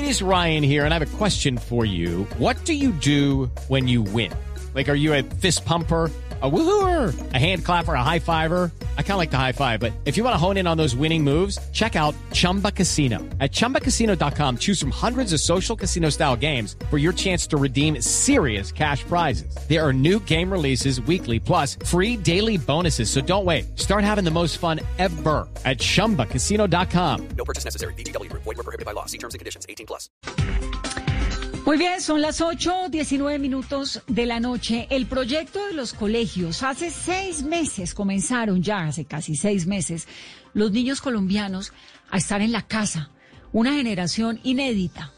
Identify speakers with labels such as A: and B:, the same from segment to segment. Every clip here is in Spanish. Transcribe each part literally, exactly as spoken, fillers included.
A: is Ryan here, and I have a question for you. What do you do when you win? Like, are you a fist pumper, a woohooer, a hand clapper, a high fiver? I kind of like the high five, but if you want to hone in on those winning moves, check out Chumba Casino. At chumba casino dot com, choose from hundreds of social casino style games for your chance to redeem serious cash prizes. There are new game releases weekly, plus free daily bonuses. So don't wait. Start having the most fun ever at chumba casino dot com.
B: No purchase necessary. V G W Group. Void where prohibited by law. See terms and conditions. eighteen plus.
C: Muy bien, son las ocho, diecinueve minutos de la noche. El proyecto de los colegios, hace seis meses comenzaron ya, hace casi seis meses, los niños colombianos a estar en la casa. Una generación inédita.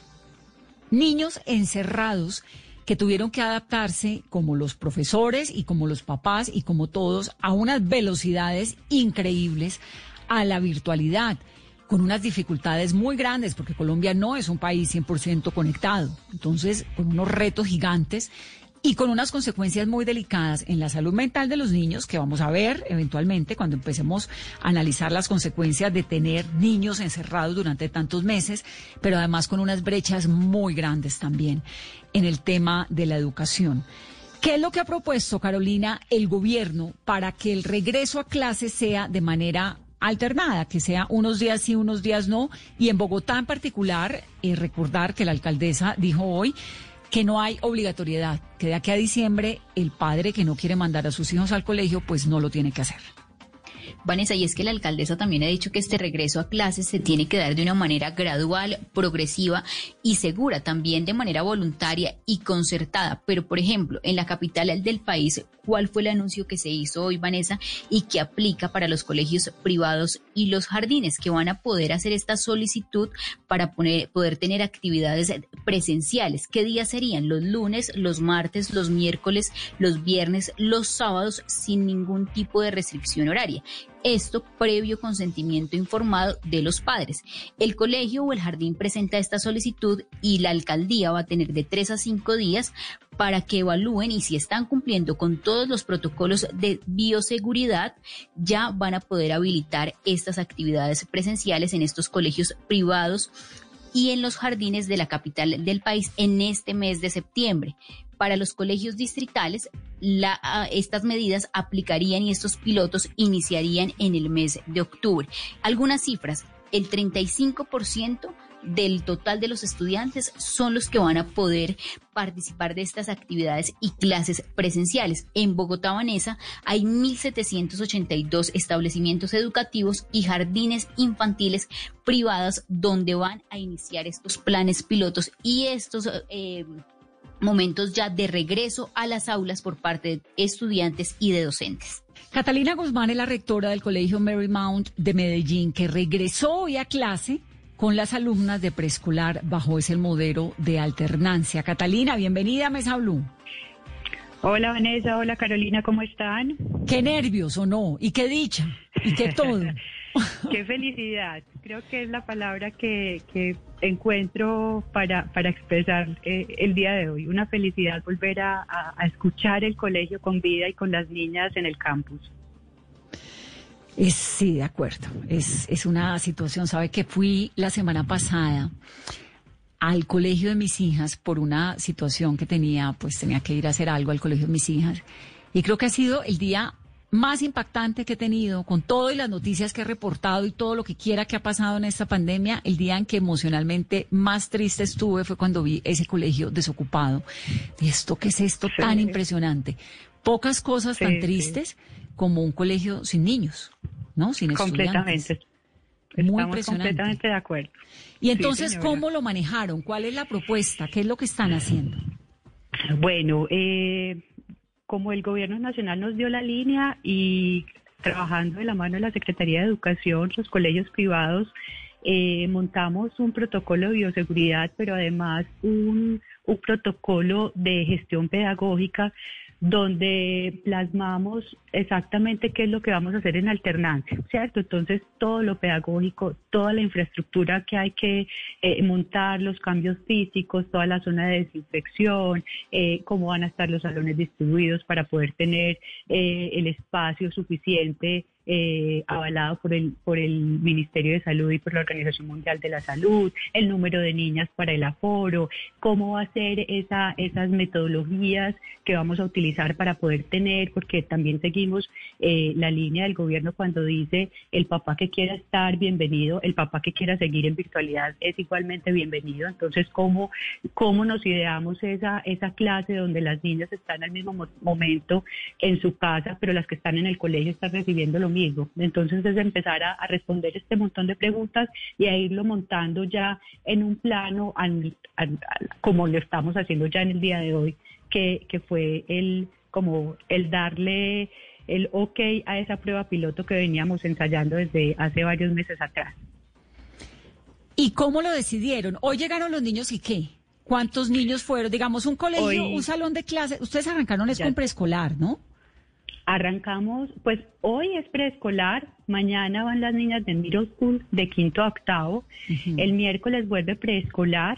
C: Niños encerrados que tuvieron que adaptarse, como los profesores y como los papás y como todos, a unas velocidades increíbles a la virtualidad, con unas dificultades muy grandes, porque Colombia no es un país cien por ciento conectado. Entonces, con unos retos gigantes y con unas consecuencias muy delicadas en la salud mental de los niños, que vamos a ver eventualmente cuando empecemos a analizar las consecuencias de tener niños encerrados durante tantos meses, pero además con unas brechas muy grandes también en el tema de la educación. ¿Qué es lo que ha propuesto, Carolina, el gobierno para que el regreso a clases sea de manera alternada, que sea unos días sí, unos días no? Y en Bogotá en particular, eh, recordar que la alcaldesa dijo hoy que no hay obligatoriedad, que de aquí a diciembre el padre que no quiere mandar a sus hijos al colegio, pues no lo tiene que hacer.
D: Vanessa, y es que la alcaldesa también ha dicho que este regreso a clases se tiene que dar de una manera gradual, progresiva y segura, también de manera voluntaria y concertada. Pero, por ejemplo, en la capital del país, ¿cuál fue el anuncio que se hizo hoy, Vanessa, y que aplica para los colegios privados y los jardines, que van a poder hacer esta solicitud para poner, poder tener actividades presenciales? ¿Qué días serían? Los lunes, los martes, los miércoles, los viernes, los sábados, sin ningún tipo de restricción horaria. Esto previo consentimiento informado de los padres. El colegio o el jardín presenta esta solicitud y la alcaldía va a tener de tres a cinco días para que evalúen, y si están cumpliendo con todos los protocolos de bioseguridad, ya van a poder habilitar estas actividades presenciales en estos colegios privados y en los jardines de la capital del país en este mes de septiembre. Para los colegios distritales, la, estas medidas aplicarían y estos pilotos iniciarían en el mes de octubre. Algunas cifras: el treinta y cinco por ciento del total de los estudiantes son los que van a poder participar de estas actividades y clases presenciales. En Bogotá, Vanessa, hay mil setecientos ochenta y dos establecimientos educativos y jardines infantiles privados donde van a iniciar estos planes pilotos y estos eh, momentos ya de regreso a las aulas por parte de estudiantes y de docentes.
C: Catalina Guzmán es la rectora del Colegio Marymount de Medellín, que regresó hoy a clase con las alumnas de preescolar bajo ese modelo de alternancia. Catalina, bienvenida a Mesa Blue.
E: Hola Vanessa, hola Carolina, ¿cómo están?
C: Qué nervios, ¿o no? Y qué dicha, y qué todo.
E: Qué felicidad, creo que es la palabra que, que encuentro para, para expresar eh, el día de hoy. Una felicidad volver a, a, a escuchar el colegio con vida y con las niñas en el campus.
C: Es, sí, de acuerdo. Es, es una situación, sabe que fui la semana pasada al colegio de mis hijas por una situación que tenía, pues tenía que ir a hacer algo al colegio de mis hijas. Y creo que ha sido el día más impactante que he tenido, con todo y las noticias que he reportado y todo lo que quiera que ha pasado en esta pandemia. El día en que emocionalmente más triste estuve fue cuando vi ese colegio desocupado. ¿Y esto qué es esto sí. tan impresionante? Pocas cosas sí, tan tristes sí. como un colegio sin niños, ¿no? Sin estudiantes.
E: Completamente.
C: Muy
E: Estamos
C: impresionante.
E: Completamente de acuerdo.
C: Y entonces,
E: sí,
C: ¿cómo lo manejaron? ¿Cuál es la propuesta? ¿Qué es lo que están haciendo?
E: Bueno, eh, como el gobierno nacional nos dio la línea y trabajando de la mano de la Secretaría de Educación, los colegios privados, eh, montamos un protocolo de bioseguridad, pero además un, un protocolo de gestión pedagógica donde plasmamos exactamente qué es lo que vamos a hacer en alternancia, ¿cierto? Entonces, todo lo pedagógico, toda la infraestructura que hay que eh, montar, los cambios físicos, toda la zona de desinfección, eh, cómo van a estar los salones distribuidos para poder tener eh, el espacio suficiente eh, avalado por el, por el Ministerio de Salud y por la Organización Mundial de la Salud, el número de niñas para el aforo, cómo va a ser esa, esas metodologías que vamos a utilizar para poder tener, porque también seguimos eh, la línea del gobierno cuando dice el papá que quiera estar, bienvenido, el papá que quiera seguir en virtualidad es igualmente bienvenido. Entonces, ¿cómo, cómo nos ideamos esa, esa clase donde las niñas están al mismo mo- momento en su casa, pero las que están en el colegio están recibiendo lo mismo? Entonces, es empezar a, a responder este montón de preguntas y a irlo montando ya en un plano al, al, al, como lo estamos haciendo ya en el día de hoy, que, que fue el como el darle el ok a esa prueba piloto que veníamos ensayando desde hace varios meses atrás.
C: ¿Y cómo lo decidieron? Hoy llegaron los niños y ¿qué? ¿Cuántos niños fueron? Digamos, un colegio,
E: Hoy,
C: un salón de clase. Ustedes arrancaron es
E: ya,
C: con preescolar, ¿no?
E: Arrancamos, pues hoy es preescolar, mañana van las niñas de middle school de quinto a octavo, uh-huh. El miércoles vuelve preescolar,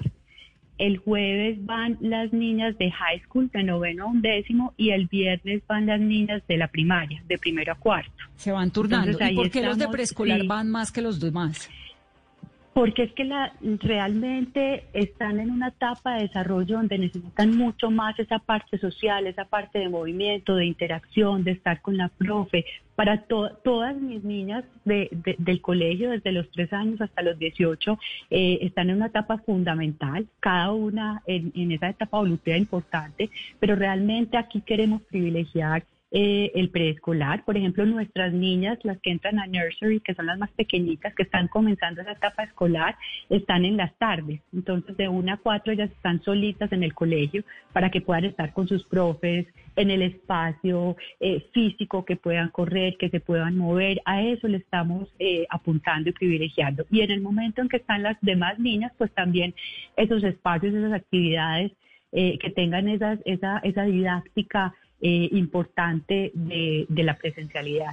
E: el jueves van las niñas de high school de noveno a undécimo y el viernes van las niñas de la primaria, de primero a cuarto.
C: Se van turnando.
E: Entonces,
C: ¿y por qué
E: estamos,
C: los de preescolar
E: sí,
C: van más que los demás?
E: Porque es que la, realmente están en una etapa de desarrollo donde necesitan mucho más esa parte social, esa parte de movimiento, de interacción, de estar con la profe. Para to, todas mis niñas de, de, del colegio, desde los tres años hasta los dieciocho, eh, están en una etapa fundamental, cada una en, en esa etapa evolutiva importante, pero realmente aquí queremos privilegiar Eh, el preescolar. Por ejemplo, nuestras niñas, las que entran a nursery, que son las más pequeñitas, que están comenzando esa etapa escolar, están en las tardes. Entonces, de una a cuatro ellas están solitas en el colegio para que puedan estar con sus profes, en el espacio eh, físico, que puedan correr, que se puedan mover. A eso le estamos eh, apuntando y privilegiando. Y en el momento en que están las demás niñas, pues también esos espacios, esas actividades eh, que tengan esas, esa, esa didáctica Eh, importante de, de la presencialidad.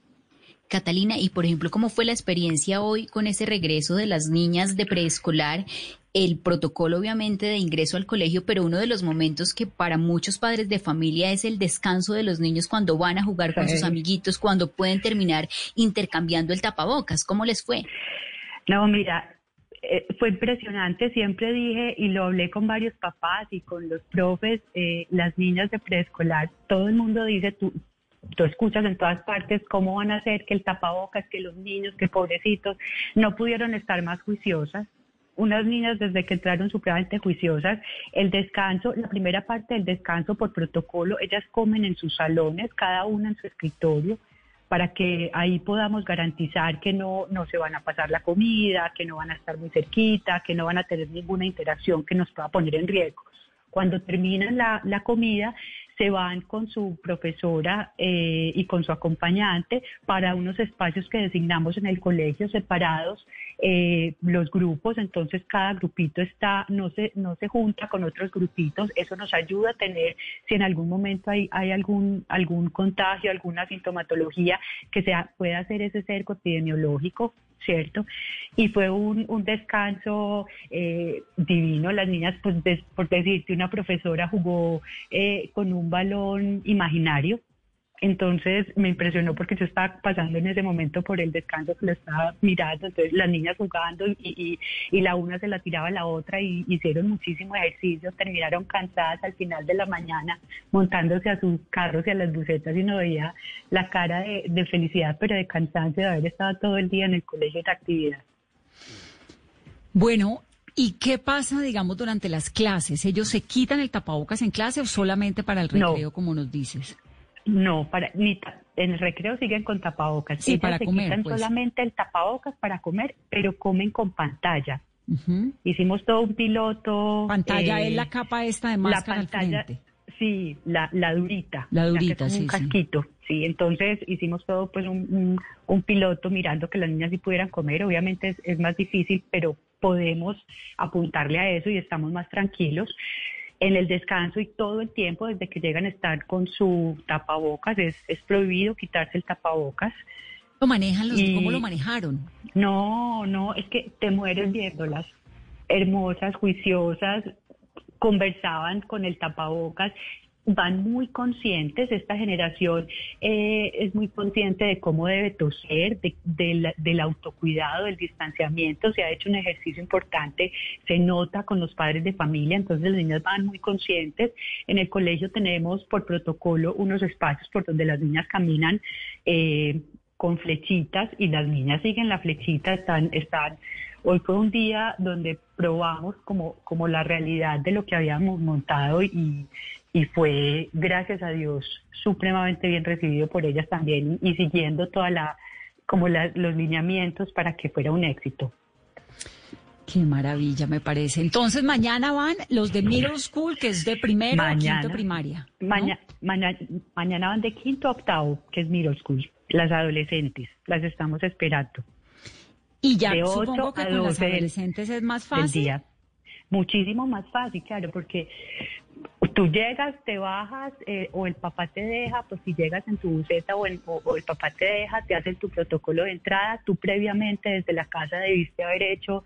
D: Catalina, y por ejemplo, ¿cómo fue la experiencia hoy con ese regreso de las niñas de preescolar? El protocolo, obviamente, de ingreso al colegio, pero uno de los momentos que para muchos padres de familia es el descanso de los niños cuando van a jugar con sí. sus amiguitos, cuando pueden terminar intercambiando el tapabocas. ¿Cómo les fue?
E: No, mira, Eh, fue impresionante, siempre dije y lo hablé con varios papás y con los profes, eh, las niñas de preescolar, todo el mundo dice, tú, tú escuchas en todas partes cómo van a hacer que el tapabocas, que los niños, que pobrecitos, no pudieron estar más juiciosas. Unas niñas desde que entraron supremamente juiciosas, el descanso, la primera parte del descanso por protocolo, ellas comen en sus salones, cada una en su escritorio, para que ahí podamos garantizar que no, no se van a pasar la comida, que no van a estar muy cerquita, que no van a tener ninguna interacción que nos pueda poner en riesgo. Cuando terminan la, la comida, se van con su profesora eh, y con su acompañante para unos espacios que designamos en el colegio separados, eh, los grupos. Entonces cada grupito está, no se, no se junta con otros grupitos. Eso nos ayuda a tener, si en algún momento hay, hay algún, algún contagio, alguna sintomatología, que se pueda hacer ese cerco epidemiológico, ¿cierto? Y fue un, un descanso eh, divino. Las niñas, pues des, por decirte, una profesora jugó eh, con un balón imaginario. Entonces me impresionó porque yo estaba pasando en ese momento por el descanso que lo estaba mirando, entonces las niñas jugando y, y, y la una se la tiraba a la otra y hicieron muchísimo ejercicio, terminaron cansadas al final de la mañana montándose a sus carros y a las bucetas y uno veía la cara de, de felicidad, pero de cansancio de haber estado todo el día en el colegio de actividad.
C: Bueno, ¿y qué pasa, digamos, durante las clases? ¿Ellos se quitan el tapabocas en clase o solamente para el recreo, no, como nos dices?
E: No, para ni ta, en el recreo siguen con tapabocas.
C: Sí,
E: Ellas
C: para
E: se
C: comer,
E: quitan
C: pues.
E: solamente el tapabocas para comer, pero comen con pantalla.
C: Uh-huh.
E: Hicimos todo un piloto.
C: Pantalla
E: eh,
C: es la capa esta de máscara
E: la pantalla,
C: al frente.
E: Sí, la, la durita.
C: La durita,
E: la que es
C: sí,
E: un casquito. Sí. sí, entonces hicimos todo pues un, un, un piloto mirando que las niñas sí pudieran comer. Obviamente es, es más difícil, pero podemos apuntarle a eso y estamos más tranquilos. En el descanso y todo el tiempo, desde que llegan a estar con su tapabocas, es, es prohibido quitarse el tapabocas.
C: ¿Lo manejan los,
E: y,
C: ¿Cómo lo manejaron?
E: No, no, es que te mueres viéndolas. Hermosas, juiciosas, conversaban con el tapabocas. van muy conscientes, esta generación eh, es muy consciente de cómo debe toser, de, de la, del autocuidado, del distanciamiento. Se ha hecho un ejercicio importante, se nota con los padres de familia, entonces los niños van muy conscientes. En el colegio tenemos por protocolo unos espacios por donde las niñas caminan eh, con flechitas y las niñas siguen la flechita, están... están Hoy fue un día donde probamos como, como la realidad de lo que habíamos montado y, y fue, gracias a Dios, supremamente bien recibido por ellas también y, y siguiendo toda la, como la, los lineamientos para que fuera un éxito.
C: Qué maravilla, me parece. Entonces, mañana van los de middle school, que es de primero
E: Mañana,
C: a quinto primaria, ¿no?
E: Mañana, mañana, mañana van de quinto a octavo, que es middle school, las adolescentes, las estamos esperando.
C: Y ya
E: De
C: supongo
E: ocho
C: que
E: a
C: con las
E: doce del-
C: adolescentes es más
E: del
C: fácil.
E: día. Muchísimo más fácil, claro, porque tú llegas, te bajas, eh, o el papá te deja, pues si llegas en tu buseta o el, o, o el papá te deja, te hacen tu protocolo de entrada, tú previamente desde la casa debiste haber hecho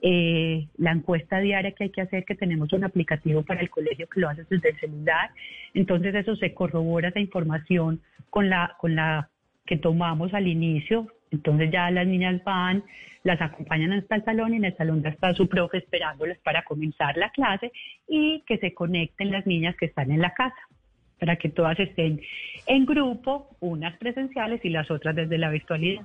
E: eh, la encuesta diaria que hay que hacer, que tenemos un aplicativo para el colegio que lo haces desde el celular, entonces eso se corrobora esa información con la, con la que tomamos al inicio. Entonces ya las niñas van, las acompañan hasta el salón y en el salón ya está su profe esperándolas para comenzar la clase y que se conecten las niñas que están en la casa para que todas estén en grupo, unas presenciales y las otras desde la virtualidad.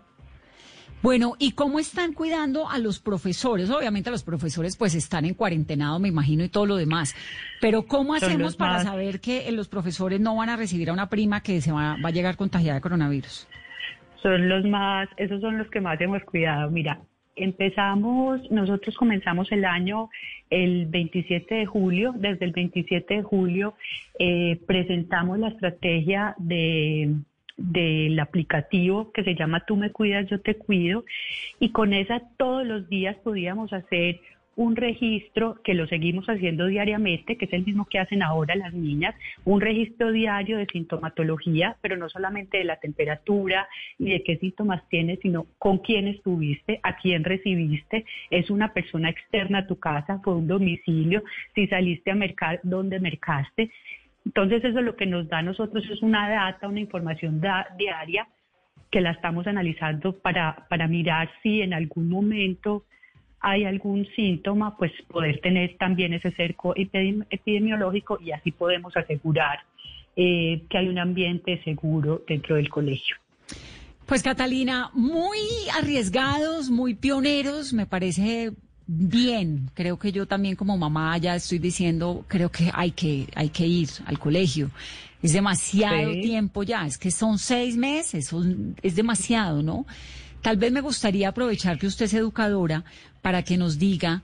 C: Bueno, ¿y cómo están cuidando a los profesores? Obviamente los profesores pues están en cuarentenado, me imagino, y todo lo demás. Pero ¿cómo
E: Son
C: hacemos
E: los
C: para
E: más-
C: saber que eh, los profesores no van a recibir a una prima que se va, va a llegar contagiada de coronavirus?
E: Son los más, esos son los que más hemos cuidado. Mira, empezamos, nosotros comenzamos el año el veintisiete de julio, desde el veintisiete de julio eh, presentamos la estrategia de del aplicativo que se llama Tú me cuidas, yo te cuido, y con esa todos los días podíamos hacer un registro que lo seguimos haciendo diariamente, que es el mismo que hacen ahora las niñas, un registro diario de sintomatología, pero no solamente de la temperatura y de qué síntomas tienes, sino con quién estuviste, a quién recibiste, es una persona externa a tu casa, fue un domicilio, si saliste a mercar, dónde mercaste. Entonces eso lo que nos da a nosotros es una data, una información da, diaria que la estamos analizando para, para mirar si en algún momento hay algún síntoma, pues poder tener también ese cerco epidemiológico y así podemos asegurar eh, que hay un ambiente seguro dentro del colegio.
C: Pues Catalina, muy arriesgados, muy pioneros, me parece bien. Creo que yo también como mamá ya estoy diciendo, creo que hay que, hay que ir al colegio. Es demasiado
E: Sí.
C: tiempo ya, es que son seis meses, son, es demasiado, ¿no? Tal vez me gustaría aprovechar que usted es educadora para que nos diga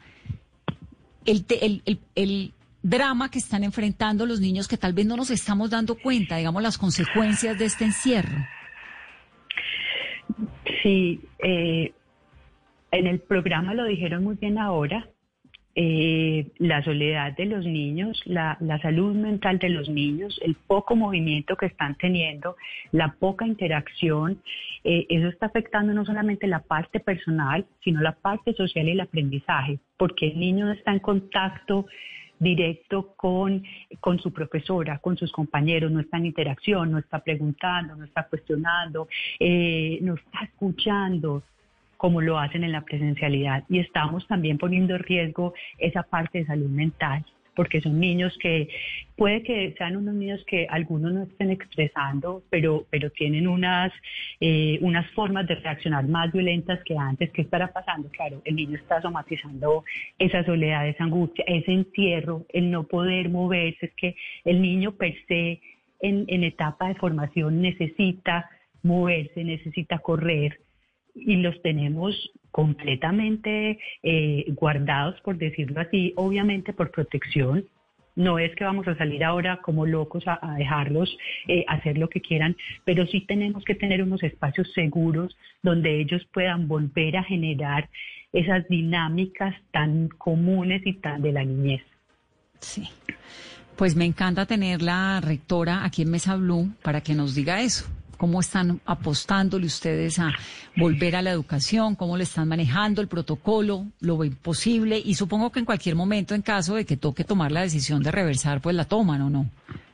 C: el, te- el, el, el drama que están enfrentando los niños que tal vez no nos estamos dando cuenta, digamos, las consecuencias de este encierro.
E: Sí, eh, en el programa lo dijeron muy bien ahora, eh, la soledad de los niños, la, la salud mental de los niños, el poco movimiento que están teniendo, la poca interacción, eh, eso está afectando no solamente la parte personal, sino la parte social y el aprendizaje, porque el niño no está en contacto directo con, con su profesora, con sus compañeros, no está en interacción, no está preguntando, no está cuestionando, eh, no está escuchando como lo hacen en la presencialidad. Y estamos también poniendo en riesgo esa parte de salud mental, porque son niños que puede que sean unos niños que algunos no estén expresando, pero, pero tienen unas, eh, unas formas de reaccionar más violentas que antes. ¿Qué estará pasando? Claro, el niño está somatizando esa soledad, esa angustia, ese encierro, el no poder moverse. Es que el niño per se en, en etapa de formación necesita moverse, necesita correr, y los tenemos completamente eh, guardados, por decirlo así, obviamente por protección. No es que vamos a salir ahora como locos a, a dejarlos eh, hacer lo que quieran, pero sí tenemos que tener unos espacios seguros donde ellos puedan volver a generar esas dinámicas tan comunes y tan de la niñez.
C: Sí. Pues me encanta tener la rectora aquí en Mesa Blue para que nos diga eso. ¿Cómo están apostándole ustedes a volver a la educación? ¿Cómo lo están manejando el protocolo? ¿Lo ven posible? Y supongo que en cualquier momento, en caso de que toque tomar la decisión de reversar, pues la toman, ¿o no?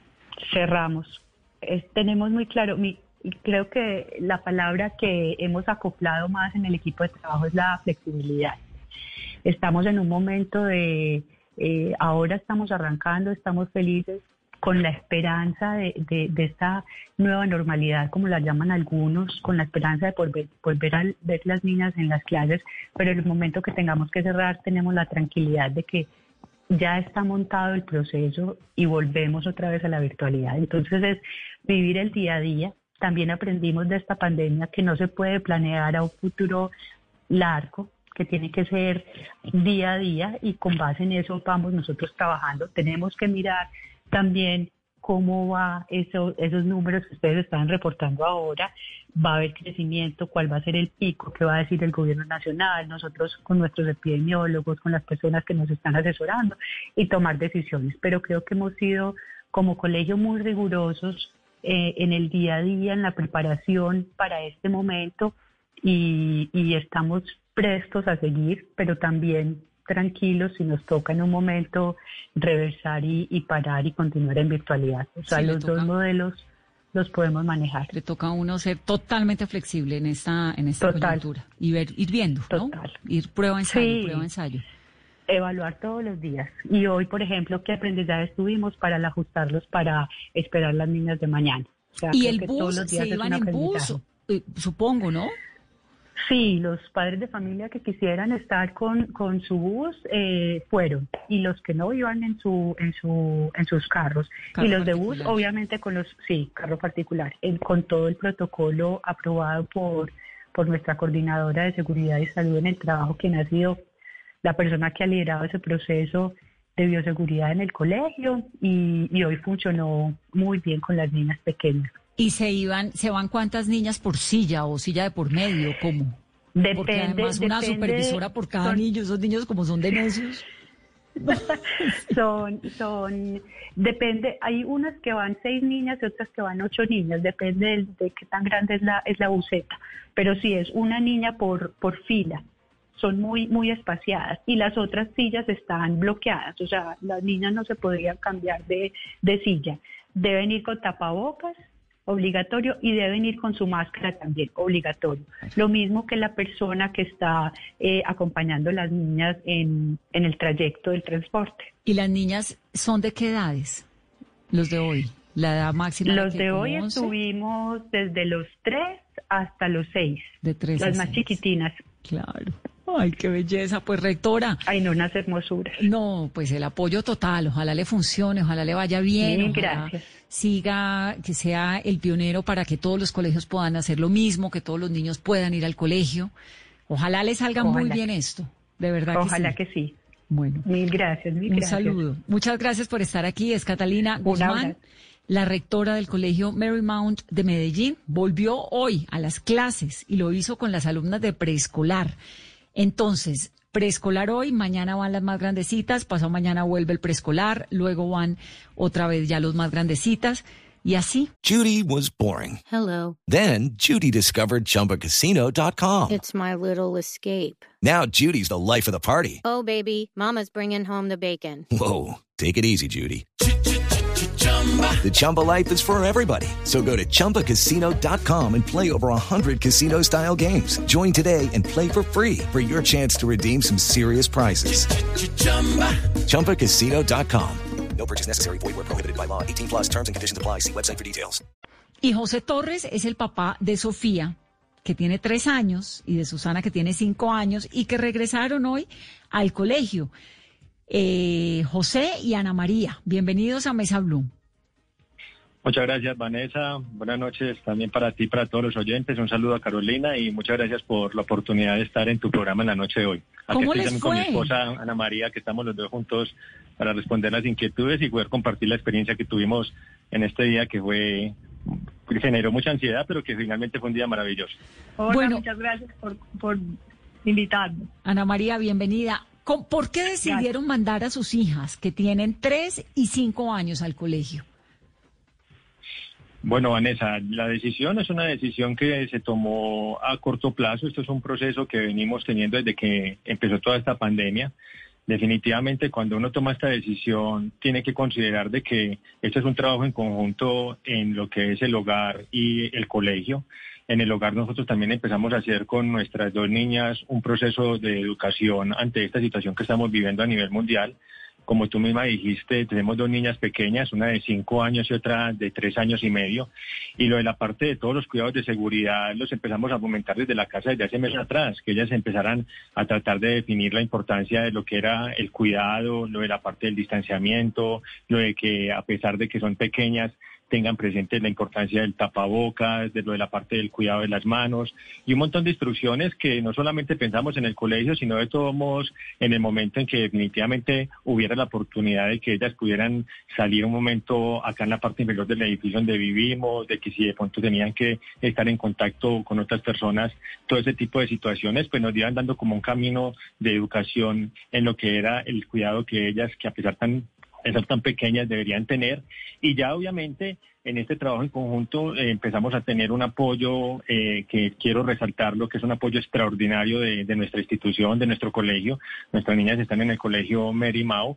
E: cerramos. Es, tenemos muy claro, mi, creo que la palabra que hemos acoplado más en el equipo de trabajo es la flexibilidad. Estamos en un momento de, eh, ahora estamos arrancando, estamos felices con la esperanza de, de, de esta nueva normalidad, como la llaman algunos, con la esperanza de volver, volver a ver las niñas en las clases, pero en el momento que tengamos que cerrar tenemos la tranquilidad de que ya está montado el proceso y volvemos otra vez a la virtualidad. Entonces es vivir el día a día. También aprendimos de esta pandemia que no se puede planear a un futuro largo, que tiene que ser día a día, y con base en eso vamos nosotros trabajando. Tenemos que mirar también cómo va eso, esos números que ustedes están reportando ahora. Va a haber crecimiento, cuál va a ser el pico, qué va a decir el gobierno nacional, nosotros con nuestros epidemiólogos, con las personas que nos están asesorando, y tomar decisiones. Pero creo que hemos sido como colegio muy rigurosos eh, en el día a día, en la preparación para este momento, y, y estamos prestos a seguir, pero también tranquilos si nos toca en un momento reversar y, y parar y continuar en virtualidad. O sea, sí, los dos modelos los podemos manejar.
C: Le toca a uno ser totalmente flexible en esta en esta
E: Total.
C: coyuntura y ver, ir viendo, ¿no?
E: Total.
C: Ir prueba ensayo,
E: Sí.
C: prueba ensayo.
E: Evaluar todos los días. Y hoy, por ejemplo, ¿qué aprendizajes tuvimos para ajustarlos para esperar las niñas de mañana? O sea,
C: Y
E: creo
C: el
E: que
C: bus,
E: todos los días
C: se
E: es
C: iban
E: un
C: en bus,
E: aprendizaje.
C: eh, supongo, ¿no?
E: Sí, los padres de familia que quisieran estar con, con su bus eh, fueron, y los que no iban en su en su en sus carros.
C: Carro
E: y los de bus,
C: particular.
E: obviamente, con los sí carro particular, el, con todo el protocolo aprobado por por nuestra coordinadora de seguridad y salud en el trabajo, quien ha sido la persona que ha liderado ese proceso de bioseguridad en el colegio, y, y hoy funcionó muy bien con las niñas pequeñas.
C: Y se iban, se van cuántas niñas por silla o silla de por medio, ¿cómo?
E: Depende,
C: Porque además una
E: depende,
C: supervisora por cada
E: son-
C: niño, esos niños como son de necios.
E: son, son, depende, hay unas que van seis niñas y otras que van ocho niñas, depende de, de qué tan grande es la, es la buseta, pero sí es una niña por, por fila, son muy, muy espaciadas, y las otras sillas están bloqueadas, o sea, las niñas no se podrían cambiar de, de silla, deben ir con tapabocas, obligatorio, y deben ir con su máscara también, obligatorio. Lo mismo que la persona que está eh, acompañando a las niñas en, en el trayecto del transporte.
C: ¿Y las niñas son de qué edades? Los de hoy, la edad máxima.
E: Los
C: que
E: de
C: como
E: hoy
C: once,
E: estuvimos desde los tres hasta los seis,
C: de tres a
E: las más
C: seis.
E: chiquitinas.
C: Claro. Ay, qué belleza. Pues, rectora,
E: Ay, no, unas hermosuras.
C: no, pues el apoyo total. Ojalá le funcione, ojalá le vaya bien.
E: Mil
C: ojalá
E: gracias.
C: siga, que sea el pionero para que todos los colegios puedan hacer lo mismo, que todos los niños puedan ir al colegio. Ojalá le salga muy
E: Ojalá.
C: bien esto. De verdad
E: Ojalá
C: que sí.
E: que sí.
C: Bueno.
E: Mil gracias, mil
C: Un
E: gracias.
C: saludo. Muchas gracias por estar aquí. Es Catalina
E: Un
C: Guzmán,
E: abrazo.
C: la rectora del Colegio Marymount de Medellín. Volvió hoy a las clases y lo hizo con las alumnas de preescolar. Entonces, preescolar hoy, mañana van las más grandecitas, pasado mañana vuelve el preescolar, luego van otra vez ya los más grandecitas, y así.
F: Judy was boring.
G: Hello.
F: Then Judy discovered Chumba Casino dot com.
G: It's my little escape.
F: Now Judy's the life of the party.
G: Oh, baby, mama's bringing home the bacon.
F: Whoa, take it easy, Judy. The Chumba life is for everybody. So go to Chumba Casino dot com and play over one hundred casino-style games. Join today and play for free for your chance to redeem some serious prizes. Chumba Casino dot com.
B: No purchase necessary. Void where prohibited by law. eighteen plus terms and conditions apply. See website for details.
C: Y José Torres es el papá de Sofía, que tiene tres años, y de Susana, que tiene cinco años, y que regresaron hoy al colegio. Eh, José y Ana María, bienvenidos a Mesa Blue.
H: Muchas gracias, Vanessa. Buenas noches también para ti, para todos los oyentes. Un saludo a Carolina y muchas gracias por la oportunidad de estar en tu programa en la noche de hoy. Aquí
C: ¿Cómo
H: estoy
C: les
H: también con mi
C: fue?
H: esposa Ana María, que estamos los dos juntos para responder las inquietudes y poder compartir la experiencia que tuvimos en este día, que fue que generó mucha ansiedad, pero que finalmente fue un día maravilloso.
E: Hola,
C: Bueno.
E: muchas gracias por, por invitarme.
C: Ana María, bienvenida. ¿Con- ¿Por qué decidieron mandar a sus hijas, que tienen tres y cinco años, al colegio?
H: Bueno, Vanessa, la decisión es una decisión que se tomó a corto plazo. Esto es un proceso que venimos teniendo desde que empezó toda esta pandemia. definitivamente cuando uno toma esta decisión tiene que considerar de que esto es un trabajo en conjunto en lo que es el hogar y el colegio. En el hogar nosotros también empezamos a hacer con nuestras dos niñas un proceso de educación ante esta situación que estamos viviendo a nivel mundial. Como tú misma dijiste, tenemos dos niñas pequeñas, una de cinco años y otra de tres años y medio. Y lo de la parte de todos los cuidados de seguridad los empezamos a fomentar desde la casa desde hace meses atrás, que ellas empezaran a tratar de definir la importancia de lo que era el cuidado, lo de la parte del distanciamiento, lo de que a pesar de que son pequeñas, tengan presente la importancia del tapabocas, de lo de la parte del cuidado de las manos y un montón de instrucciones que no solamente pensamos en el colegio, sino de todos modos en el momento en que definitivamente hubiera la oportunidad de que ellas pudieran salir un momento acá en la parte inferior del edificio donde vivimos, de que si de pronto tenían que estar en contacto con otras personas, todo ese tipo de situaciones, pues nos iban dando como un camino de educación en lo que era el cuidado que ellas, que a pesar tan esas tan pequeñas deberían tener. Y ya obviamente en este trabajo en conjunto eh, empezamos a tener un apoyo eh, que quiero resaltarlo, que es un apoyo extraordinario de, de nuestra institución, de nuestro colegio. Nuestras niñas están en el colegio Mary Mau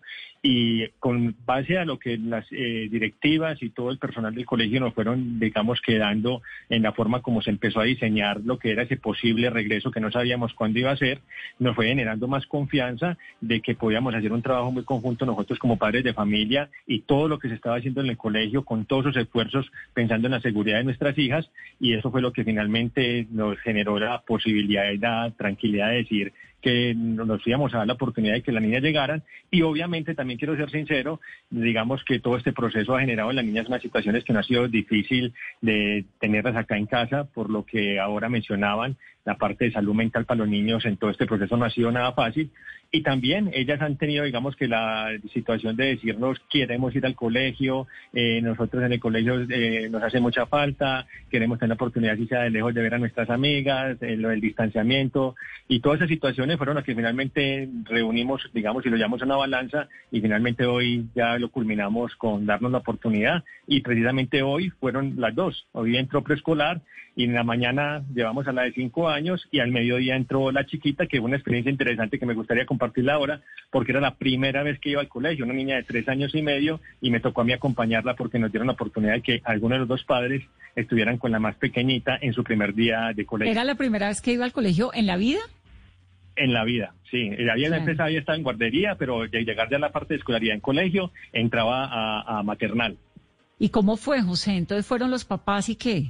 H: y con base a lo que las eh, directivas y todo el personal del colegio nos fueron, digamos, quedando en la forma como se empezó a diseñar lo que era ese posible regreso que no sabíamos cuándo iba a ser, nos fue generando más confianza de que podíamos hacer un trabajo muy conjunto nosotros como padres de familia y todo lo que se estaba haciendo en el colegio con todos esos esfuerzos pensando en la seguridad de nuestras hijas, y eso fue lo que finalmente nos generó la posibilidad y la tranquilidad de decir que nos íbamos a dar la oportunidad de que las niñas llegaran. Y obviamente también quiero ser sincero, digamos que todo este proceso ha generado en las niñas unas situaciones que no ha sido difícil de tenerlas acá en casa, por lo que ahora mencionaban, la parte de salud mental para los niños en todo este proceso no ha sido nada fácil. Y también ellas han tenido, digamos, que la situación de decirnos, queremos ir al colegio, eh, nosotros en el colegio eh, nos hace mucha falta, queremos tener la oportunidad, si sea de lejos, de ver a nuestras amigas, eh, lo del distanciamiento, y todas esas situaciones fueron las que finalmente reunimos, digamos, y lo llevamos a una balanza, y finalmente hoy ya lo culminamos con darnos la oportunidad, y precisamente hoy fueron las dos. Hoy entró preescolar, y en la mañana llevamos a la de cinco años, y al mediodía entró la chiquita, que fue una experiencia interesante que me gustaría compartirla ahora, porque era la primera vez que iba al colegio, una niña de tres años y medio, y me tocó a mí acompañarla porque nos dieron la oportunidad de que alguno de los dos padres estuvieran con la más pequeñita en su primer día de colegio.
C: ¿Era la primera vez que iba al colegio en la vida?
H: En la vida, sí. Ella había
C: Claro.
H: empezado, ya estaba en guardería, pero de llegar ya a la parte de escolaridad en colegio, entraba a, a maternal.
C: ¿Y cómo fue, José? Entonces fueron los papás y qué.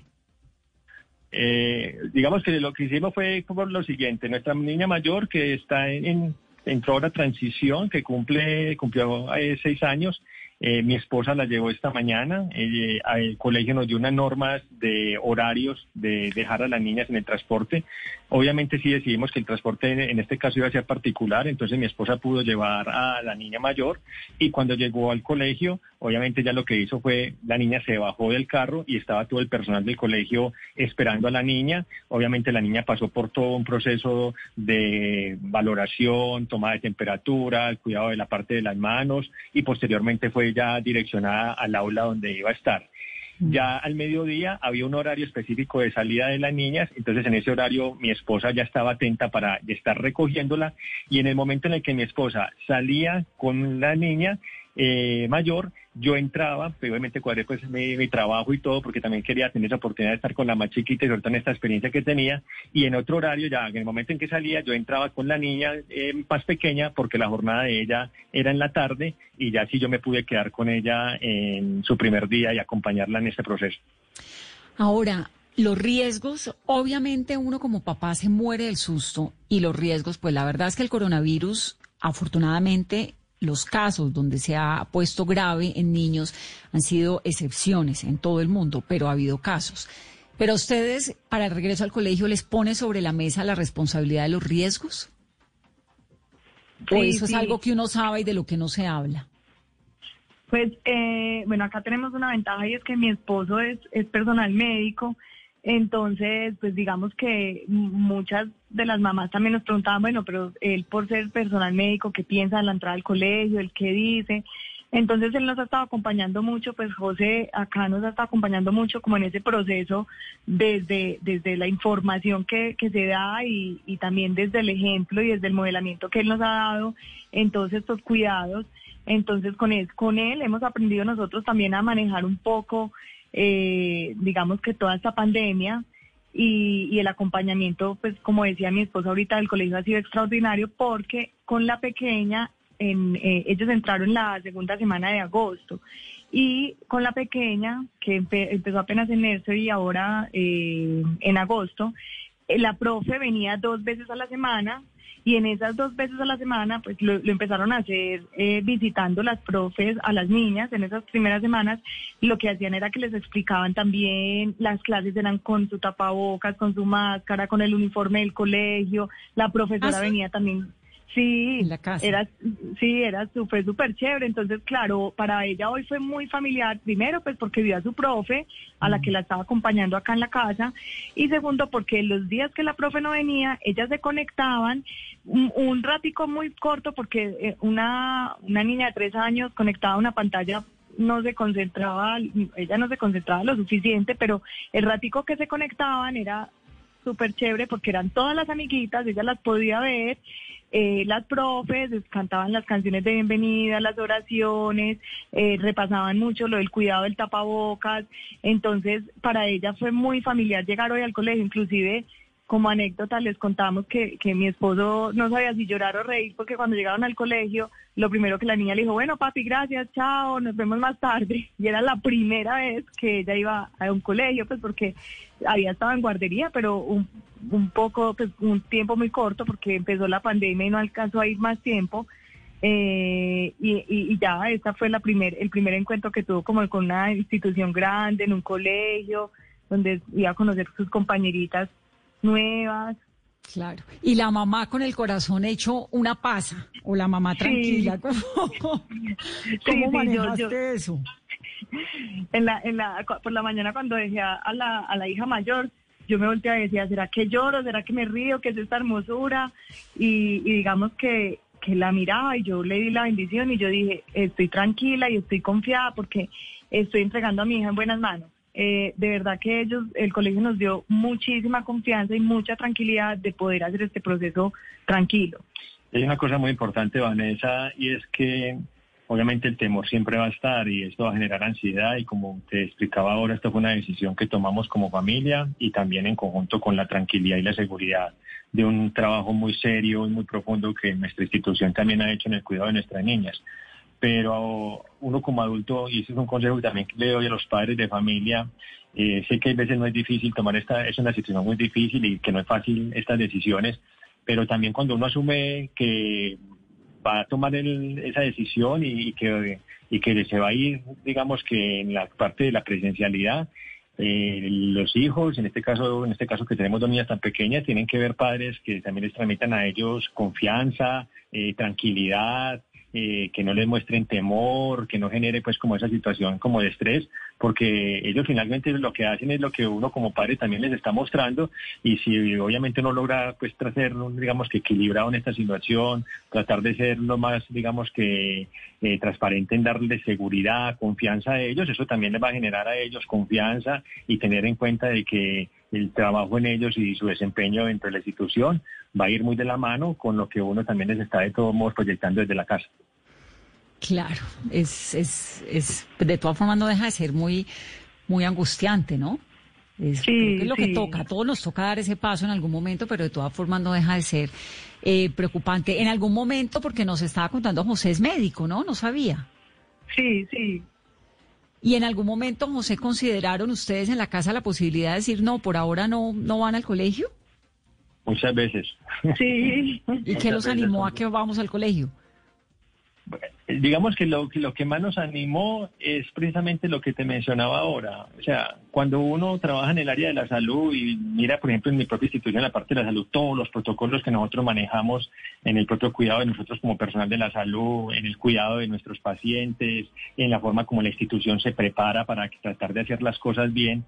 H: Eh, digamos que lo que hicimos fue como lo siguiente: nuestra niña mayor, que está en, en entró ahora transición, que cumple cumplió eh, seis años, eh, mi esposa la llevó esta mañana, eh, el colegio nos dio unas normas de horarios de dejar a las niñas en el transporte. Obviamente sí decidimos que el transporte en, en este caso iba a ser particular, entonces mi esposa pudo llevar a la niña mayor, y cuando llegó al colegio, obviamente ya lo que hizo fue, la niña se bajó del carro y estaba todo el personal del colegio esperando a la niña. Obviamente la niña pasó por todo un proceso de valoración, toma de temperatura, el cuidado de la parte de las manos, y posteriormente fue ya direccionada al aula donde iba a estar. Ya al mediodía había un horario específico de salida de las niñas, entonces en ese horario mi esposa ya estaba atenta para estar recogiéndola, y en el momento en el que mi esposa salía con la niña eh, mayor, yo entraba, pero obviamente cuadré pues mi, mi trabajo y todo, porque también quería tener esa oportunidad de estar con la más chiquita y sobre todo en esta experiencia que tenía, y en otro horario ya, en el momento en que salía, yo entraba con la niña eh, más pequeña, porque la jornada de ella era en la tarde, y ya sí yo me pude quedar con ella en su primer día y acompañarla en este proceso.
C: Ahora, los riesgos, obviamente uno como papá se muere del susto, y los riesgos, pues la verdad es que el coronavirus, afortunadamente, los casos donde se ha puesto grave en niños han sido excepciones en todo el mundo, pero ha habido casos. Pero a ustedes, para el regreso al colegio, ¿les pone sobre la mesa la responsabilidad de los riesgos? ¿O
I: Sí,
C: eso
I: sí.
C: es algo que uno sabe y de lo que no se habla?
I: Pues, eh, bueno, acá tenemos una ventaja, y es que mi esposo es, es personal médico. Entonces, pues digamos que muchas de las mamás también nos preguntaban, bueno, pero él por ser personal médico, ¿qué piensa de la entrada al colegio? ¿El qué dice? Entonces él nos ha estado acompañando mucho, pues José acá nos ha estado acompañando mucho como en ese proceso desde, desde la información que, que se da y, y también desde el ejemplo y desde el modelamiento que él nos ha dado en todos estos cuidados. Entonces con él, con él hemos aprendido nosotros también a manejar un poco, eh, digamos que toda esta pandemia y, y el acompañamiento, pues como decía mi esposa ahorita, del colegio ha sido extraordinario porque con la pequeña, en, eh, ellos entraron la segunda semana de agosto y con la pequeña, que empe- empezó apenas en nursery y ahora eh, en agosto, eh, la profe venía dos veces a la semana. Y en esas dos veces a la semana, pues lo, lo empezaron a hacer eh, visitando las profes a las niñas en esas primeras semanas. Lo que hacían era que les explicaban también, las clases eran con su tapabocas, con su máscara, con el uniforme del colegio. La profesora
C: ¿Ah, sí?
I: venía también. Sí,
C: En la casa.
I: era, sí, era súper, súper chévere. Entonces, claro, para ella hoy fue muy familiar. Primero, pues porque vio a su profe, a la que la estaba acompañando acá en la casa. Y segundo, porque los días que la profe no venía, ellas se conectaban un, un ratico muy corto, porque eh, una, una niña de tres años conectada a una pantalla no se concentraba, ella no se concentraba lo suficiente, pero el ratico que se conectaban era súper chévere porque eran todas las amiguitas, ella las podía ver. Eh, las profes les cantaban las canciones de bienvenida, las oraciones, eh, repasaban mucho lo del cuidado del tapabocas. Entonces para ella fue muy familiar llegar hoy al colegio. Inclusive como anécdota les contamos que, que mi esposo no sabía si llorar o reír porque cuando llegaron al colegio lo primero que la niña le dijo, bueno papi, gracias, chao, nos vemos más tarde. Y era la primera vez que ella iba a un colegio, pues porque había estado en guardería, pero un, un poco, pues un tiempo muy corto porque empezó la pandemia y no alcanzó a ir más tiempo. Eh, y, y, y ya esta fue la primer, el primer encuentro que tuvo como con una institución grande, en un colegio, donde iba a conocer sus compañeritas nuevas.
C: Claro. Y la mamá con el corazón hecho una pasa, o la mamá tranquila.
I: Sí.
C: ¿Cómo,
I: Sí,
C: cómo
I: sí,
C: manejaste
I: yo- yo-
C: eso?
I: En la, en la, por la mañana cuando dejé a, a la, a la hija mayor, yo me volteé y decía, ¿será que lloro? ¿Será que me río? ¿Qué es esta hermosura? Y, y digamos que, que la miraba y yo le di la bendición y yo dije, estoy tranquila y estoy confiada porque estoy entregando a mi hija en buenas manos. Eh, de verdad que ellos, el colegio nos dio muchísima confianza y mucha tranquilidad de poder hacer este proceso tranquilo.
H: Hay una cosa muy importante, Vanessa, y es que obviamente el temor siempre va a estar y esto va a generar ansiedad y como te explicaba ahora, esta fue una decisión que tomamos como familia y también en conjunto con la tranquilidad y la seguridad de un trabajo muy serio y muy profundo que nuestra institución también ha hecho en el cuidado de nuestras niñas. Pero uno como adulto, y ese es un consejo que también le doy a los padres de familia, eh, sé que a veces no es difícil tomar esta, es una situación muy difícil y que no es fácil estas decisiones, pero también cuando uno asume que va a tomar el, esa decisión y, y que y que se va a ir, digamos que en la parte de la presencialidad, eh, los hijos, en este caso, en este caso que tenemos dos niñas tan pequeñas, tienen que ver padres que también les transmitan a ellos confianza, eh, tranquilidad. Eh, que no les muestren temor, que no genere pues como esa situación como de estrés, porque ellos finalmente lo que hacen es lo que uno como padre también les está mostrando y si obviamente uno logra pues ser digamos que equilibrado en esta situación, tratar de ser lo más digamos que eh, transparente en darles seguridad, confianza a ellos, eso también les va a generar a ellos confianza y tener en cuenta de que el trabajo en ellos y su desempeño dentro de la institución va a ir muy de la mano con lo que uno también les está de todos modos proyectando desde la casa.
C: Claro, es, es, es, de todas formas no deja de ser muy, muy angustiante, ¿no? Es,
I: Sí,
C: creo que es lo
I: sí.
C: que toca, a todos nos toca dar ese paso en algún momento, pero de todas formas no deja de ser eh, preocupante. En algún momento, porque nos estaba contando José es médico, ¿no? No sabía.
I: Sí, sí.
C: Y en algún momento, José, ¿consideraron ustedes en la casa la posibilidad de decir, no, por ahora no, no van al colegio?
H: Muchas veces.
I: Sí.
C: ¿Y qué los animó a que vamos al colegio?
H: Digamos que lo, que lo que más nos animó es precisamente lo que te mencionaba ahora. O sea, cuando uno trabaja en el área de la salud y mira, por ejemplo, en mi propia institución, en la parte de la salud, todos los protocolos que nosotros manejamos en el propio cuidado de nosotros como personal de la salud, en el cuidado de nuestros pacientes, en la forma como la institución se prepara para tratar de hacer las cosas bien,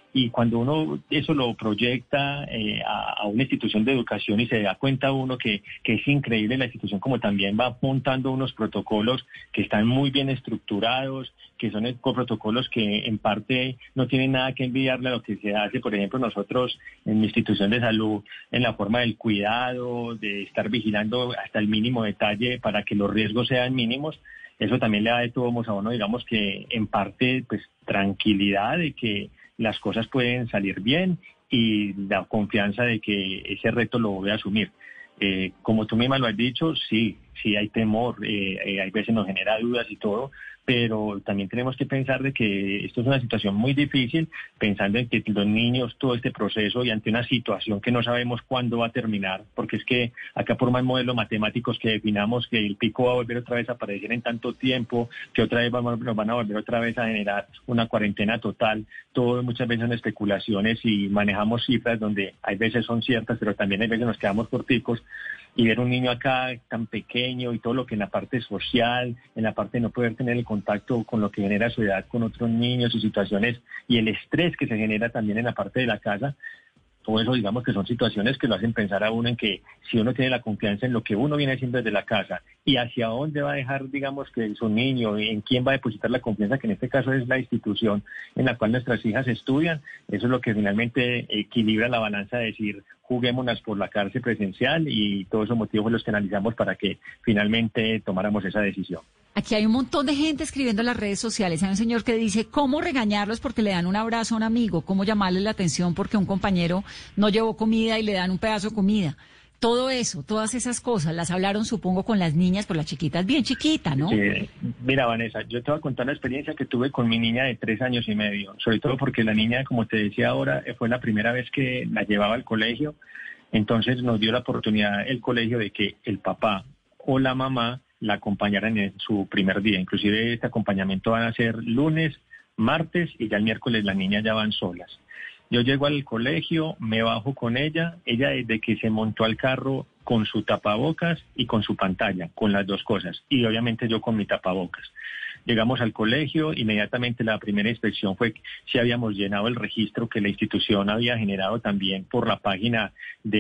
H: Y cuando uno eso lo proyecta eh, a, a una institución de educación y se da cuenta uno que, que es increíble la institución como también va montando unos protocolos que están muy bien estructurados, que son protocolos que en parte no tienen nada que envidiarle a lo que se hace, por ejemplo, nosotros en mi institución de salud, en la forma del cuidado, de estar vigilando hasta el mínimo detalle para que los riesgos sean mínimos. Eso también le da de todos modos a uno, digamos que en parte, pues tranquilidad de que las cosas pueden salir bien y la confianza de que ese reto lo voy a asumir. Eh, como tú misma lo has dicho, sí, sí hay temor, eh, eh, hay veces nos genera dudas y todo, pero también tenemos que pensar de que esto es una situación muy difícil, pensando en que los niños, todo este proceso y ante una situación que no sabemos cuándo va a terminar, porque es que acá por más modelos matemáticos que definamos que el pico va a volver otra vez a aparecer en tanto tiempo, que otra vez vamos, nos van a volver otra vez a generar una cuarentena total, todo muchas veces son especulaciones y manejamos cifras donde hay veces son ciertas, pero también hay veces nos quedamos corticos. Y ver un niño acá tan pequeño y todo lo que en la parte social, en la parte de no poder tener el contacto con lo que genera su edad con otros niños y situaciones, y el estrés que se genera también en la parte de la casa, todo eso digamos que son situaciones que lo hacen pensar a uno en que si uno tiene la confianza en lo que uno viene haciendo desde la casa y hacia dónde va a dejar digamos que su niño, en quién va a depositar la confianza, que en este caso es la institución en la cual nuestras hijas estudian, eso es lo que finalmente equilibra la balanza de decir juguémonos por la clase presencial, y todos esos motivos fue los que analizamos para que finalmente tomáramos esa decisión.
C: Aquí hay un montón de gente escribiendo en las redes sociales. Hay un señor que dice cómo regañarlos porque le dan un abrazo a un amigo, cómo llamarle la atención porque un compañero no llevó comida y le dan un pedazo de comida. Todo eso, todas esas cosas, las hablaron supongo con las niñas, pues la chiquita es bien chiquita, ¿no?
H: Sí, mira Vanessa, yo te voy a contar la experiencia que tuve con mi niña de tres años y medio, sobre todo porque la niña, como te decía ahora, fue la primera vez que la llevaba al colegio, entonces nos dio la oportunidad el colegio de que el papá o la mamá la acompañaran en su primer día, inclusive este acompañamiento van a ser lunes, martes y ya el miércoles las niñas ya van solas. Yo llego al colegio, me bajo con ella, ella desde que se montó al carro con su tapabocas y con su pantalla, con las dos cosas, y obviamente yo con mi tapabocas. Llegamos al colegio, inmediatamente la primera inspección fue si habíamos llenado el registro que la institución había generado también por la página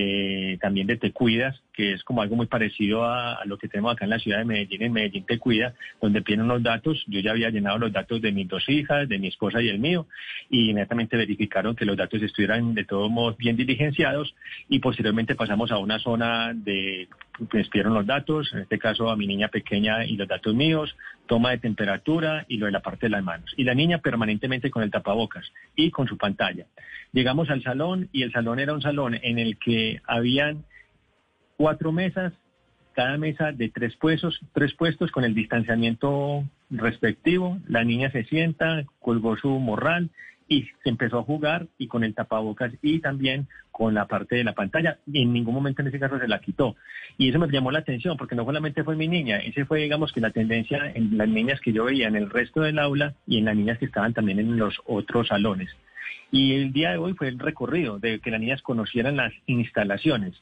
H: de también de Te Cuidas, que es como algo muy parecido a, a lo que tenemos acá en la ciudad de Medellín, en Medellín Te Cuida, donde piden unos datos. Yo ya había llenado los datos de mis dos hijas, de mi esposa y el mío, y inmediatamente verificaron que los datos estuvieran de todos modos bien diligenciados, y posteriormente pasamos a una zona de, pues pidieron los datos, en este caso a mi niña pequeña y los datos míos, toma de temperatura y lo de la parte de las manos. Y la niña permanentemente con el tapabocas y con su pantalla. Llegamos al salón y el salón era un salón en el que habían cuatro mesas, cada mesa de tres puestos, tres puestos con el distanciamiento respectivo. La niña se sienta, colgó su morral y se empezó a jugar y con el tapabocas y también con la parte de la pantalla. Y en ningún momento en ese caso se la quitó. Y eso me llamó la atención porque no solamente fue mi niña, ese fue digamos que la tendencia en las niñas que yo veía en el resto del aula y en las niñas que estaban también en los otros salones. Y el día de hoy fue el recorrido de que las niñas conocieran las instalaciones.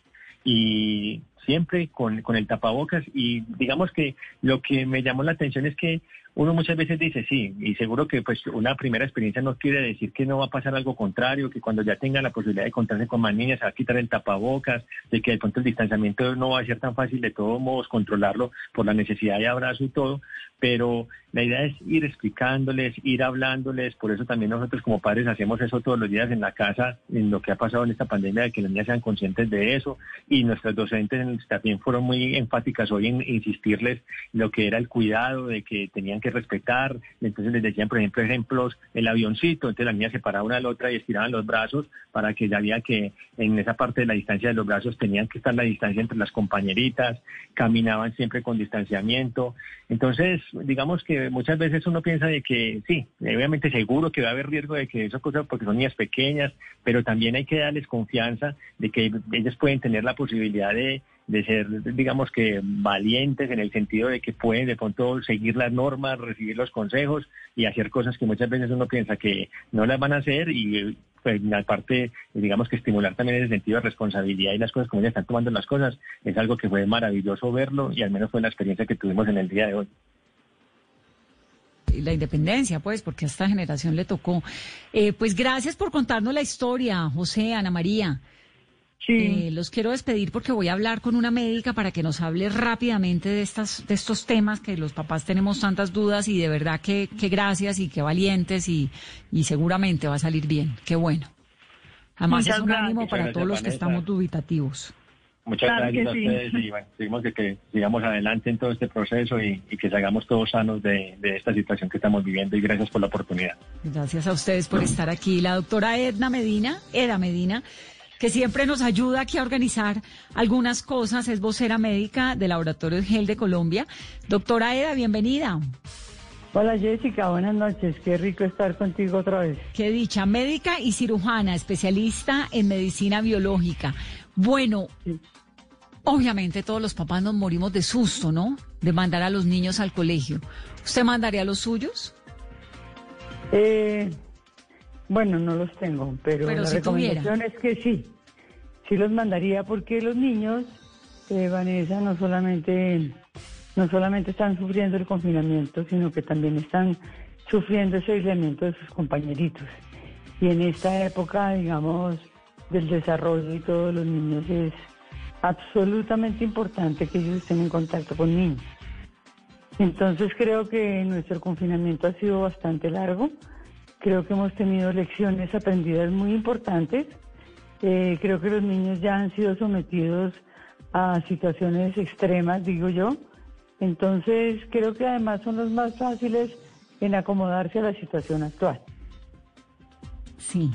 H: Y siempre con, con el tapabocas, y digamos que lo que me llamó la atención es que uno muchas veces dice sí, y seguro que pues una primera experiencia no quiere decir que no va a pasar algo contrario, que cuando ya tengan la posibilidad de encontrarse con más niñas se va a quitar el tapabocas, de que de pronto el distanciamiento no va a ser tan fácil de todos modos controlarlo por la necesidad de abrazo y todo, pero la idea es ir explicándoles, ir hablándoles, por eso también nosotros como padres hacemos eso todos los días en la casa, en lo que ha pasado en esta pandemia, de que las niñas sean conscientes de eso, y nuestras docentes también fueron muy enfáticas hoy en insistirles lo que era el cuidado, de que tenían que respetar, entonces les decían por ejemplo ejemplos, el avioncito, entonces las niñas se paraban una a la otra y estiraban los brazos para que ya había que en esa parte de la distancia de los brazos tenían que estar la distancia entre las compañeritas, caminaban siempre con distanciamiento, entonces digamos que muchas veces uno piensa de que sí, obviamente seguro que va a haber riesgo de que esas cosas porque son niñas pequeñas, pero también hay que darles confianza de que ellas pueden tener la posibilidad de de ser, digamos que valientes en el sentido de que pueden de pronto seguir las normas, recibir los consejos y hacer cosas que muchas veces uno piensa que no las van a hacer, y pues aparte, digamos que estimular también ese sentido de responsabilidad y las cosas como ya están tomando las cosas, es algo que fue maravilloso verlo y al menos fue la experiencia que tuvimos en el día de hoy.
C: la independencia, pues, porque a esta generación le tocó. Eh, pues gracias por contarnos la historia, José, Ana María.
I: Sí.
C: Eh, los quiero despedir porque voy a hablar con una médica para que nos hable rápidamente de estas, de estos temas que los papás tenemos tantas dudas, y de verdad que, que gracias y que valientes, y, y seguramente va a salir bien. Qué bueno. Además
I: Muchas
C: es un
I: gracias.
C: ánimo para
H: Muchas
C: todos los
H: gracias,
C: que
H: Vanessa.
C: estamos dubitativos.
H: Muchas
I: Claro
H: gracias
I: que
H: a
I: sí.
H: ustedes y bueno, seguimos que, que sigamos adelante en todo este proceso y, y que salgamos todos sanos de, de esta situación que estamos viviendo, y gracias por la oportunidad.
C: Gracias a ustedes por estar aquí. La doctora Edna Medina, Eda Medina, que siempre nos ayuda aquí a organizar algunas cosas, es vocera médica del Laboratorio Gel de Colombia. Doctora Eda, bienvenida.
J: Hola Jessica, buenas noches. Qué rico estar contigo otra vez.
C: Qué dicha, médica y cirujana, especialista en medicina biológica. Bueno,
J: Sí.
C: obviamente todos los papás nos morimos de susto, ¿no? De mandar a los niños al colegio. ¿Usted mandaría a los suyos?
J: Eh, bueno, no los tengo, pero,
C: Pero
J: la
C: si
J: recomendación es que sí. Sí los mandaría porque los niños, eh, Vanessa, no solamente, no solamente están sufriendo el confinamiento, sino que también están sufriendo ese aislamiento de sus compañeritos. Y en esta época, digamos, del desarrollo y todos los niños, es absolutamente importante que ellos estén en contacto con niños. Entonces creo que nuestro confinamiento ha sido bastante largo. Creo que hemos tenido lecciones aprendidas muy importantes. Eh, creo que los niños ya han sido sometidos a situaciones extremas, digo yo. Entonces creo que además son los más fáciles en acomodarse a la situación actual.
C: Sí.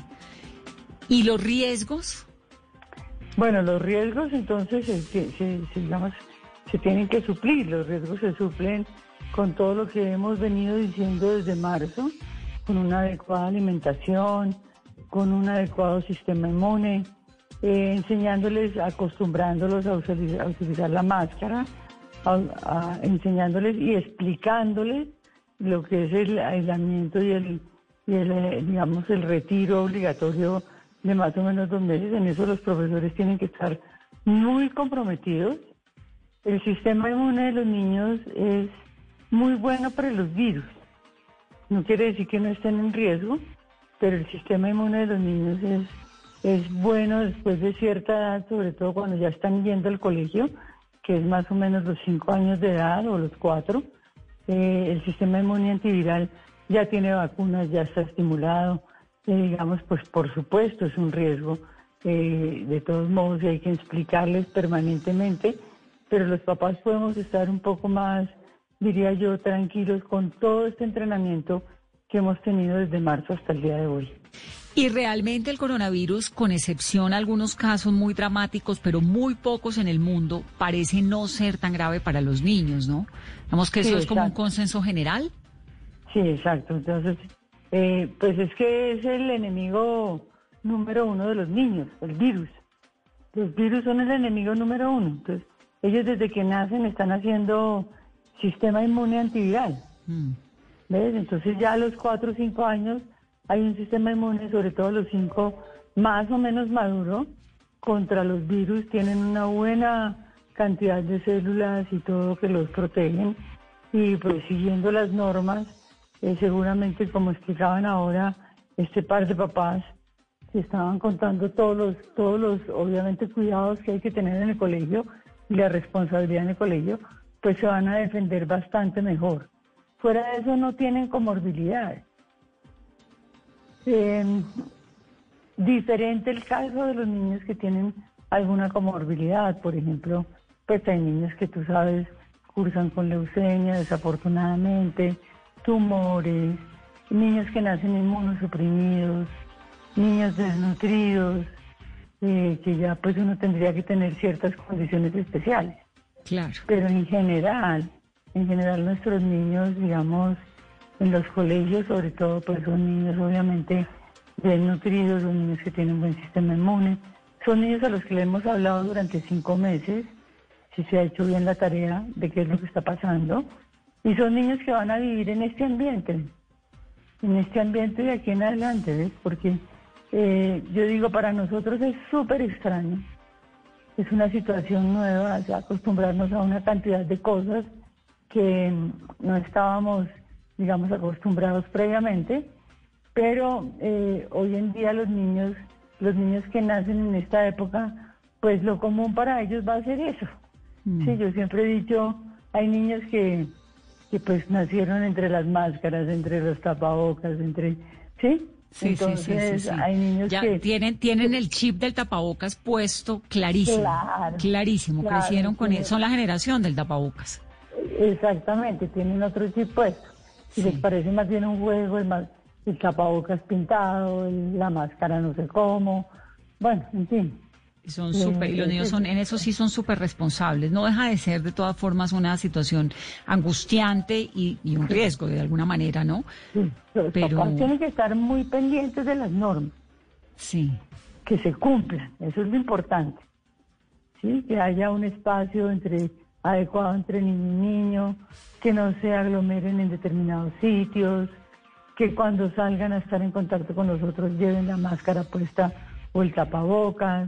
C: ¿Y los riesgos?
J: Bueno, los riesgos entonces se, se- se- digamos, se tienen que suplir. Los riesgos se suplen con todo lo que hemos venido diciendo desde marzo, con una adecuada alimentación, con un adecuado sistema inmune, eh, enseñándoles, acostumbrándolos a utilizar, a utilizar la máscara, a- a- enseñándoles y explicándoles lo que es el aislamiento y el, y el eh, digamos, el retiro obligatorio de más o menos dos meses. En eso los profesores tienen que estar muy comprometidos. El sistema inmune de los niños es muy bueno para los virus. No quiere decir que no estén en riesgo, pero el sistema inmune de los niños es, es bueno después de cierta edad, sobre todo cuando ya están yendo al colegio, que es más o menos los cinco años de edad o los cuatro. Eh, el sistema inmune antiviral ya tiene vacunas, ya está estimulado. Eh, digamos, pues por supuesto es un riesgo, eh, de todos modos, y hay que explicarles permanentemente, pero los papás podemos estar un poco más, diría yo, tranquilos con todo este entrenamiento que hemos tenido desde marzo hasta el día de hoy.
C: Y realmente el coronavirus, con excepción a algunos casos muy dramáticos, pero muy pocos en el mundo, parece no ser tan grave para los niños, ¿no? Digamos que eso
J: Sí,
C: es como un
J: exacto.
C: consenso general.
J: Sí, exacto. Entonces, eh, pues es que es el enemigo número uno de los niños, el virus. Los virus son el enemigo número uno. Entonces, ellos desde que nacen están haciendo sistema inmune antiviral.
C: Mm.
J: ¿Ves? Entonces ya a los cuatro o cinco años hay un sistema inmune, sobre todo los cinco, más o menos maduro contra los virus. Tienen una buena cantidad de células y todo que los protegen. Y pues siguiendo las normas, eh, seguramente, como explicaban ahora este par de papás, se estaban contando todos los, todos los, obviamente, cuidados que hay que tener en el colegio y la responsabilidad en el colegio, pues se van a defender bastante mejor. Fuera de eso no tienen comorbilidades. Eh, diferente el caso de los niños que tienen alguna comorbilidad. Por ejemplo, pues hay niños que tú sabes cursan con leucemia, desafortunadamente, tumores, niños que nacen inmunosuprimidos, niños desnutridos, eh, que ya pues uno tendría que tener ciertas condiciones especiales.
C: Claro.
J: Pero en general, en general nuestros niños, digamos, en los colegios sobre todo, pues son niños obviamente bien nutridos, son niños que tienen un buen sistema inmune, son niños a los que le hemos hablado durante cinco meses, si se ha hecho bien la tarea de qué es lo que está pasando, y son niños que van a vivir en este ambiente, en este ambiente de aquí en adelante, ¿ves? Porque eh, yo digo, para nosotros es súper extraño. Es una situación nueva, o sea, acostumbrarnos a una cantidad de cosas que no estábamos digamos, acostumbrados previamente, pero eh, hoy en día los niños, los niños que nacen en esta época, pues lo común para ellos va a ser eso. Mm. Sí, yo siempre he dicho, hay niños que, que pues nacieron entre las máscaras, entre los tapabocas, entre, ¿sí?
C: Sí,
J: Entonces,
C: sí, sí, sí, sí.
J: hay niños
C: ya
J: que
C: tienen tienen el chip del tapabocas puesto clarísimo,
J: claro,
C: clarísimo,
J: claro,
C: crecieron con
J: sí.
C: él, son la generación del tapabocas.
J: Exactamente, tienen otro chip puesto. Si
C: Sí.
J: les parece más bien un juego, el, más, el tapabocas pintado, el- la máscara no sé cómo, bueno, en fin.
C: Son
J: Sí,
C: súper, y los
J: sí,
C: niños
J: sí.
C: son, en eso sí son súper responsables. No deja de ser de todas formas una situación angustiante y, y un riesgo de alguna manera, ¿no?
J: Sí, los
C: Pero-
J: papás tienen que estar muy pendientes de las normas,
C: Sí.
J: que se cumplan, eso es lo importante. Sí, que haya un espacio entre adecuado entre niño y niño, que no se aglomeren en determinados sitios, que cuando salgan a estar en contacto con los otros lleven la máscara puesta o el tapabocas,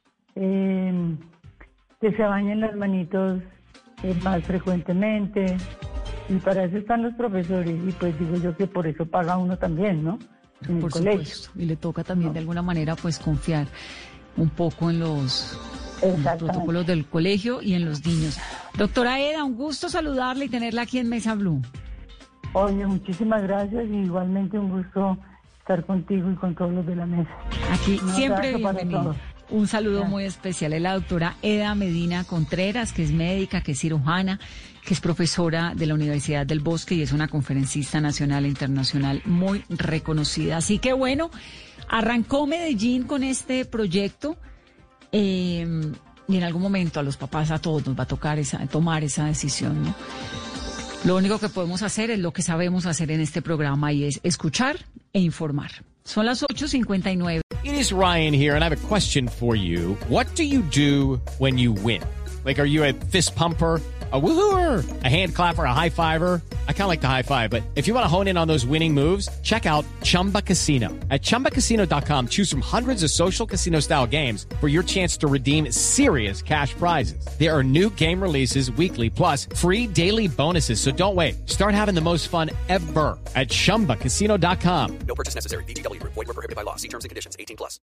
J: eh, que se bañen las manitos eh, más frecuentemente, y para eso están los profesores, y pues digo yo que por eso paga uno también, ¿no? En el
C: Por
J: colegio.
C: supuesto. Y le toca también de alguna manera pues confiar un poco en los, en los
J: Exactamente.
C: protocolos del colegio y en los niños. Doctora Eda, un gusto saludarla y tenerla aquí en Mesa Blue.
J: Oye, muchísimas gracias, y igualmente un gusto estar contigo y con todos los de la mesa.
C: Aquí
J: Un
C: siempre
J: abrazo para
C: bienvenida.
J: todos.
C: Un saludo
J: Gracias.
C: muy especial. Es la doctora Eda Medina Contreras, que es médica, que es cirujana, que es profesora de la Universidad del Bosque y es una conferencista nacional e internacional muy reconocida. Así que bueno, arrancó Medellín con este proyecto eh, y en algún momento a los papás, a todos nos va a tocar esa, tomar esa decisión, ¿no? Lo único que podemos hacer es lo que sabemos hacer en este programa y es escuchar e informar. Son las ocho cincuenta y nueve.
A: It is Ryan here, and I have a question for you. What do you do when you win? Like, are you a fist pumper, a woohooer, a hand clapper, a high fiver? I kind of like the high five, but if you want to hone in on those winning moves, check out Chumba Casino. At chumba casino dot com, choose from hundreds of social casino style games for your chance to redeem serious cash prizes. There are new game releases weekly, plus free daily bonuses. So don't wait. Start having the most fun ever at chumba casino dot com.
B: No purchase necessary. V G W Group. Void where prohibited by law. See terms and conditions. eighteen plus.